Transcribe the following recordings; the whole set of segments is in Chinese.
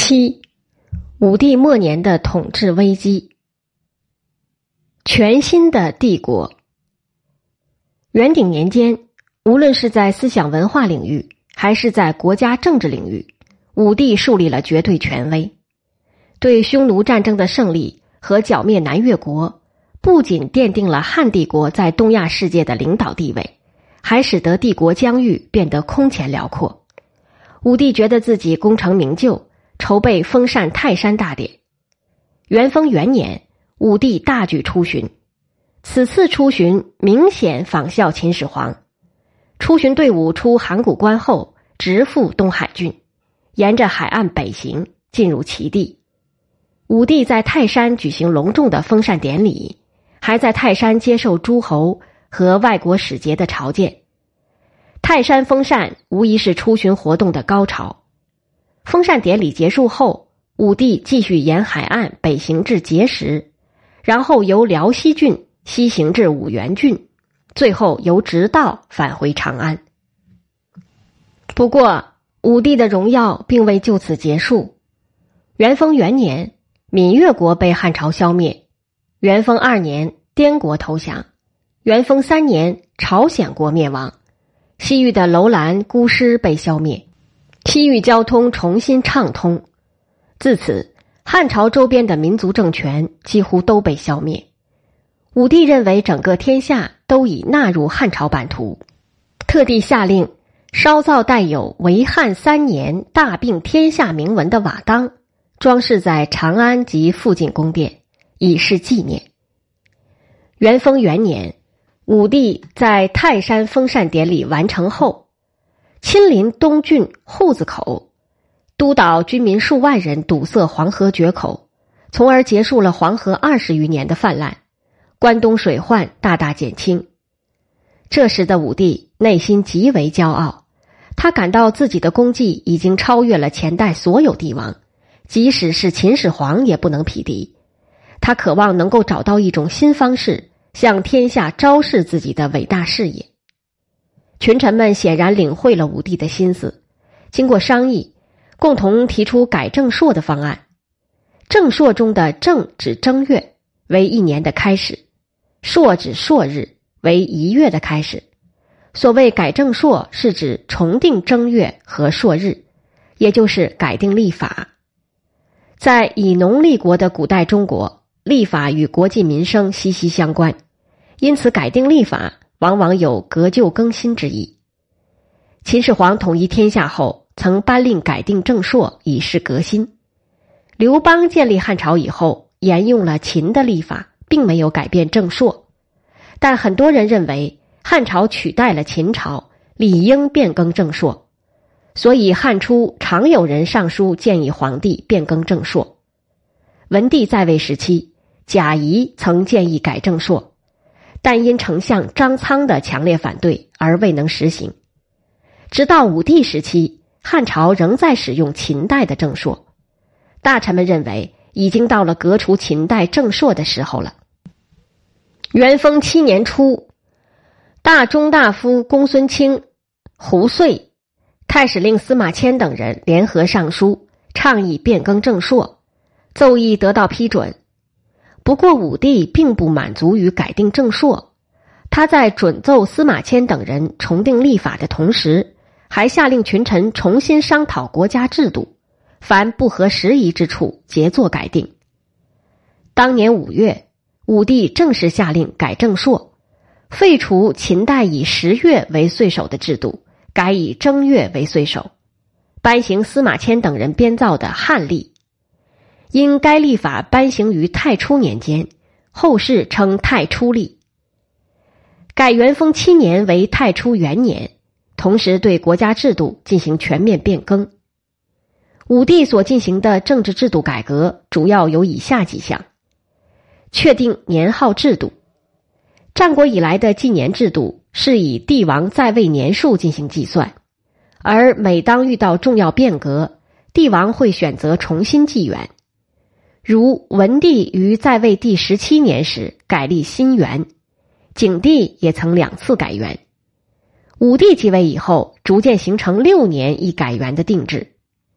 7. 武帝末年的统治危机。全新的帝国。元鼎年间，无论是在思想文化领域，还是在国家政治领域，武帝树立了绝对权威。对匈奴战争的胜利和剿灭南越国，不仅奠定了汉帝国在东亚世界的领导地位，还使得帝国疆域变得空前辽阔。武帝觉得自己功成名就，筹备封禅泰山大典。元丰元年，武帝大举出巡，此次出巡明显仿效秦始皇。出巡队伍出函谷关后，直赴东海郡，沿着海岸北行，进入齐地。武帝在泰山举行隆重的封禅典礼，还在泰山接受诸侯和外国使节的朝见。泰山封禅无疑是出巡活动的高潮。封禅典礼结束后，武帝继续沿海岸北行至碣石，然后由辽西郡西行至五原郡，最后由直道返回长安。不过，武帝的荣耀并未就此结束。元丰元年，闽越国被汉朝消灭；元丰2年，滇国投降；元丰3年，朝鲜国灭亡；西域的楼兰、姑师被消灭。西域交通重新畅通，自此汉朝周边的民族政权几乎都被消灭。武帝认为整个天下都已纳入汉朝版图，特地下令烧造带有为汉3年大并天下铭文的瓦当，装饰在长安及附近宫殿，以示纪念。元丰元年，武帝在泰山封禅典礼完成后，亲临东郡户子口，督导军民数万人堵塞黄河决口，从而结束了黄河20余年的泛滥，关东水患大大减轻。这时的武帝内心极为骄傲，他感到自己的功绩已经超越了前代所有帝王，即使是秦始皇也不能匹敌。他渴望能够找到一种新方式，向天下昭示自己的伟大事业。群臣们显然领会了武帝的心思，经过商议，共同提出改正朔的方案。正朔中的正指正月，为1年的开始；朔指朔日，为1月的开始。所谓改正朔，是指重定正月和朔日，也就是改定历法。在以农立国的古代中国，历法与国计民生息息相关，因此改定历法往往有革旧更新之意。秦始皇统一天下后，曾颁令改定正朔，以示革新。刘邦建立汉朝以后，沿用了秦的历法，并没有改变正朔。但很多人认为汉朝取代了秦朝，理应变更正朔，所以汉初常有人上书建议皇帝变更正朔。文帝在位时期，贾谊曾建议改正朔，但因丞相张苍的强烈反对而未能实行。直到武帝时期，汉朝仍在使用秦代的正朔，大臣们认为已经到了革除秦代正朔的时候了。元丰7年初，大中大夫公孙卿、胡遂、太史令司马迁等人联合上书，倡议变更正朔，奏议得到批准。不过武帝并不满足于改定正朔，他在准奏司马迁等人重定历法的同时，还下令群臣重新商讨国家制度，凡不合时宜之处节作改定。当年5月，武帝正式下令改正朔，废除秦代以10月为岁首的制度，改以正月为岁首，颁行司马迁等人编造的汉历。因该历法颁行于太初年间，后世称太初历。改元丰7年为太初元年，同时对国家制度进行全面变更。武帝所进行的政治制度改革主要有以下几项：确定年号制度。战国以来的纪年制度是以帝王在位年数进行计算，而每当遇到重要变革，帝王会选择重新纪元。如文帝于在位第17年时改立新元，景帝也曾2次改元。武帝继位以后，逐渐形成6年一改元的定制。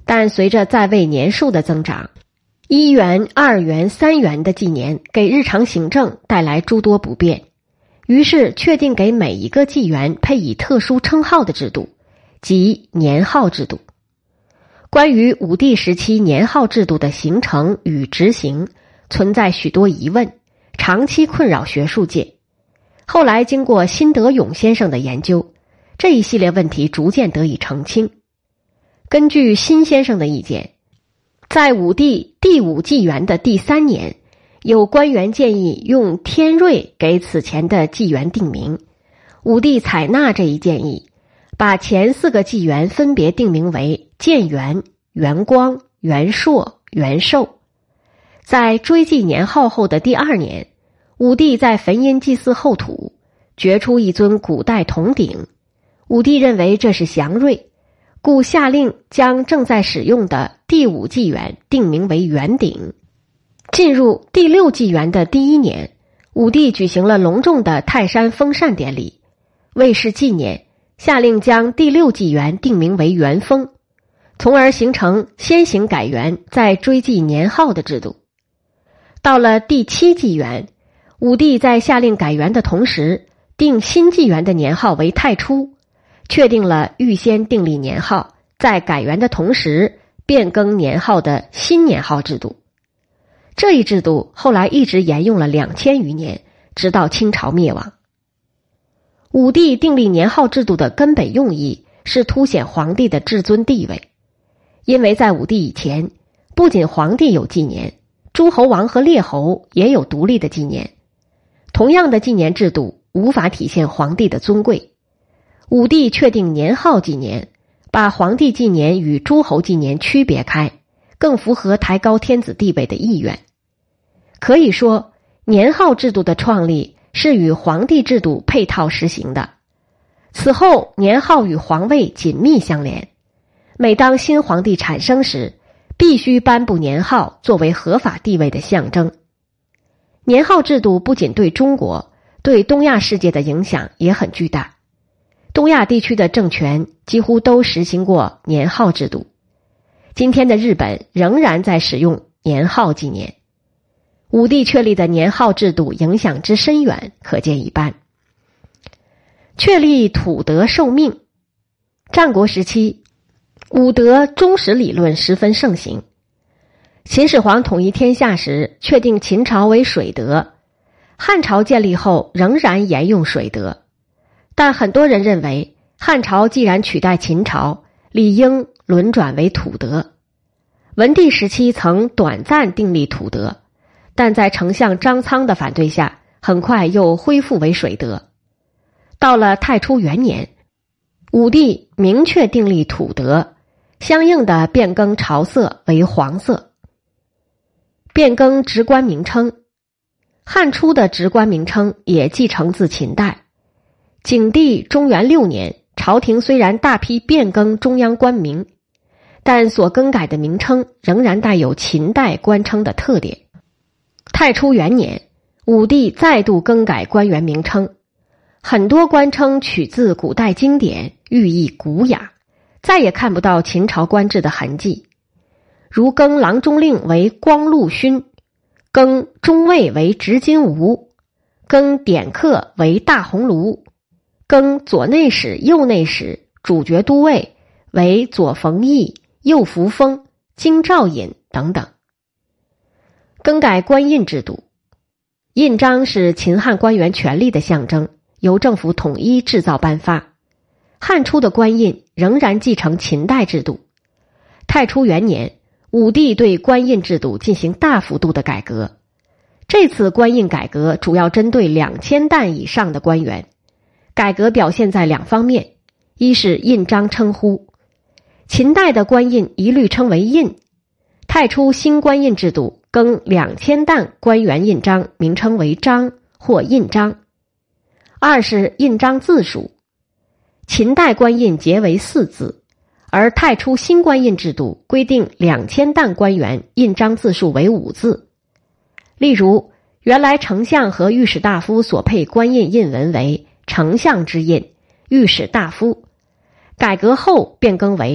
但随着在位年数的增长，1元、2元、3元的纪年给日常行政带来诸多不便，于是确定给每一个纪元配以特殊称号的制度，即年号制度。关于武帝时期年号制度的形成与执行，存在许多疑问，长期困扰学术界。后来经过辛德勇先生的研究，这一系列问题逐渐得以澄清。根据辛先生的意见，在武帝第5纪元的第3年，有官员建议用天瑞给此前的纪元定名，武帝采纳这一建议，把前4个纪元分别定名为建元、元光、元朔、元寿。在追记年号后的第2年，武帝在焚阴祭祀后土，掘出一尊古代铜鼎，武帝认为这是祥瑞，故下令将正在使用的第5纪元定名为元鼎。进入第6纪元的第1年，武帝举行了隆重的泰山封禅典礼，为是纪念，下令将第6纪元定名为元封，从而形成先行改元再追记年号的制度。到了第7纪元，武帝在下令改元的同时，定新纪元的年号为太初，确定了预先订立年号，在改元的同时变更年号的新年号制度。这一制度后来一直沿用了2000余年，直到清朝灭亡。武帝订立年号制度的根本用意是凸显皇帝的至尊地位，因为在武帝以前，不仅皇帝有纪年，诸侯王和列侯也有独立的纪年。同样的纪年制度无法体现皇帝的尊贵，武帝确定年号纪年，把皇帝纪年与诸侯纪年区别开，更符合抬高天子地位的意愿。可以说，年号制度的创立是与皇帝制度配套实行的。此后，年号与皇位紧密相连。每当新皇帝产生时，必须颁布年号作为合法地位的象征。年号制度不仅对中国，对东亚世界的影响也很巨大。东亚地区的政权几乎都实行过年号制度。今天的日本仍然在使用年号纪年。武帝确立的年号制度影响之深远，可见一斑。确立土德受命。战国时期，武德忠实理论十分盛行。秦始皇统一天下时，确定秦朝为水德，汉朝建立后仍然沿用水德。但很多人认为，汉朝既然取代秦朝，理应轮转为土德。文帝时期曾短暂订立土德，但在丞相张苍的反对下，很快又恢复为水德。到了太初元年，武帝明确订立土德，相应的变更朝色为黄色。变更职官名称，汉初的职官名称也继承自秦代。景帝中元6年，朝廷虽然大批变更中央官名，但所更改的名称仍然带有秦代官称的特点。太初元年，武帝再度更改官员名称，很多官称取自古代经典，寓意古雅，再也看不到秦朝官制的痕迹。如更郎中令为光禄勋，更中尉为执金吾，更典客为大鸿胪，更左内史、右内史、主角都尉为左冯翊、右扶风、京兆尹等等。更改官印制度。印章是秦汉官员权力的象征，由政府统一制造颁发。汉初的官印仍然继承秦代制度。太初元年，武帝对官印制度进行大幅度的改革。这次官印改革主要针对2000担以上的官员。改革表现在2方面，一是印章称呼。秦代的官印一律称为印，太初新官印制度更2000担官员印章名称为章或印章。二是印章字数。秦代官印皆为4字，而太初新官印制度规定2000担官员印章字数为5字。例如，原来丞相和御史大夫所配官印印文为丞相之印、御史大夫，改革后变更为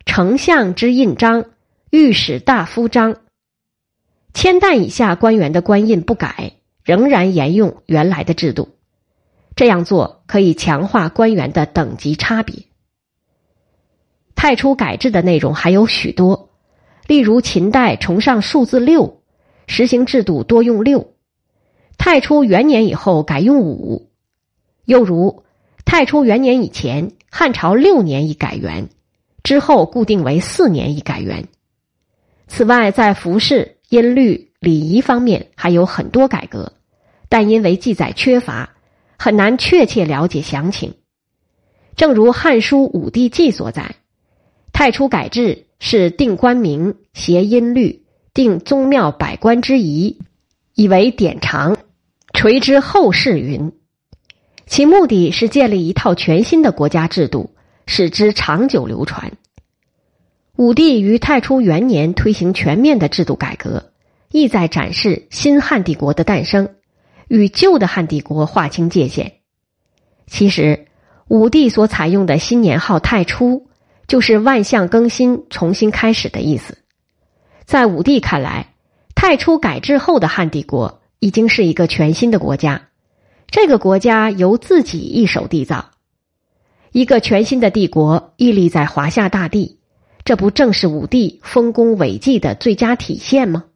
丞相之印章，御史大夫章。千代以下官员的官印不改，仍然沿用原来的制度。这样做可以强化官员的等级差别。太初改制的内容还有许多，例如秦代崇尚数字6，实行制度多用6；太初元年以后改用5；又如太初元年以前，汉朝6年一改元，之后固定为4年一改元。此外，在服饰、音律、礼仪方面还有很多改革，但因为记载缺乏，很难确切了解详情。正如《汉书·武帝纪》所载，太初改制是定官名、谐音律，定宗庙百官之仪，以为典常，垂之后世云。其目的是建立一套全新的国家制度，使之长久流传。武帝于太初元年推行全面的制度改革，意在展示新汉帝国的诞生，与旧的汉帝国划清界限。其实，武帝所采用的新年号太初，就是万象更新、重新开始的意思。在武帝看来，太初改制后的汉帝国已经是一个全新的国家，这个国家由自己一手缔造。一个全新的帝国屹立在华夏大地，这不正是武帝丰功伟绩的最佳体现吗？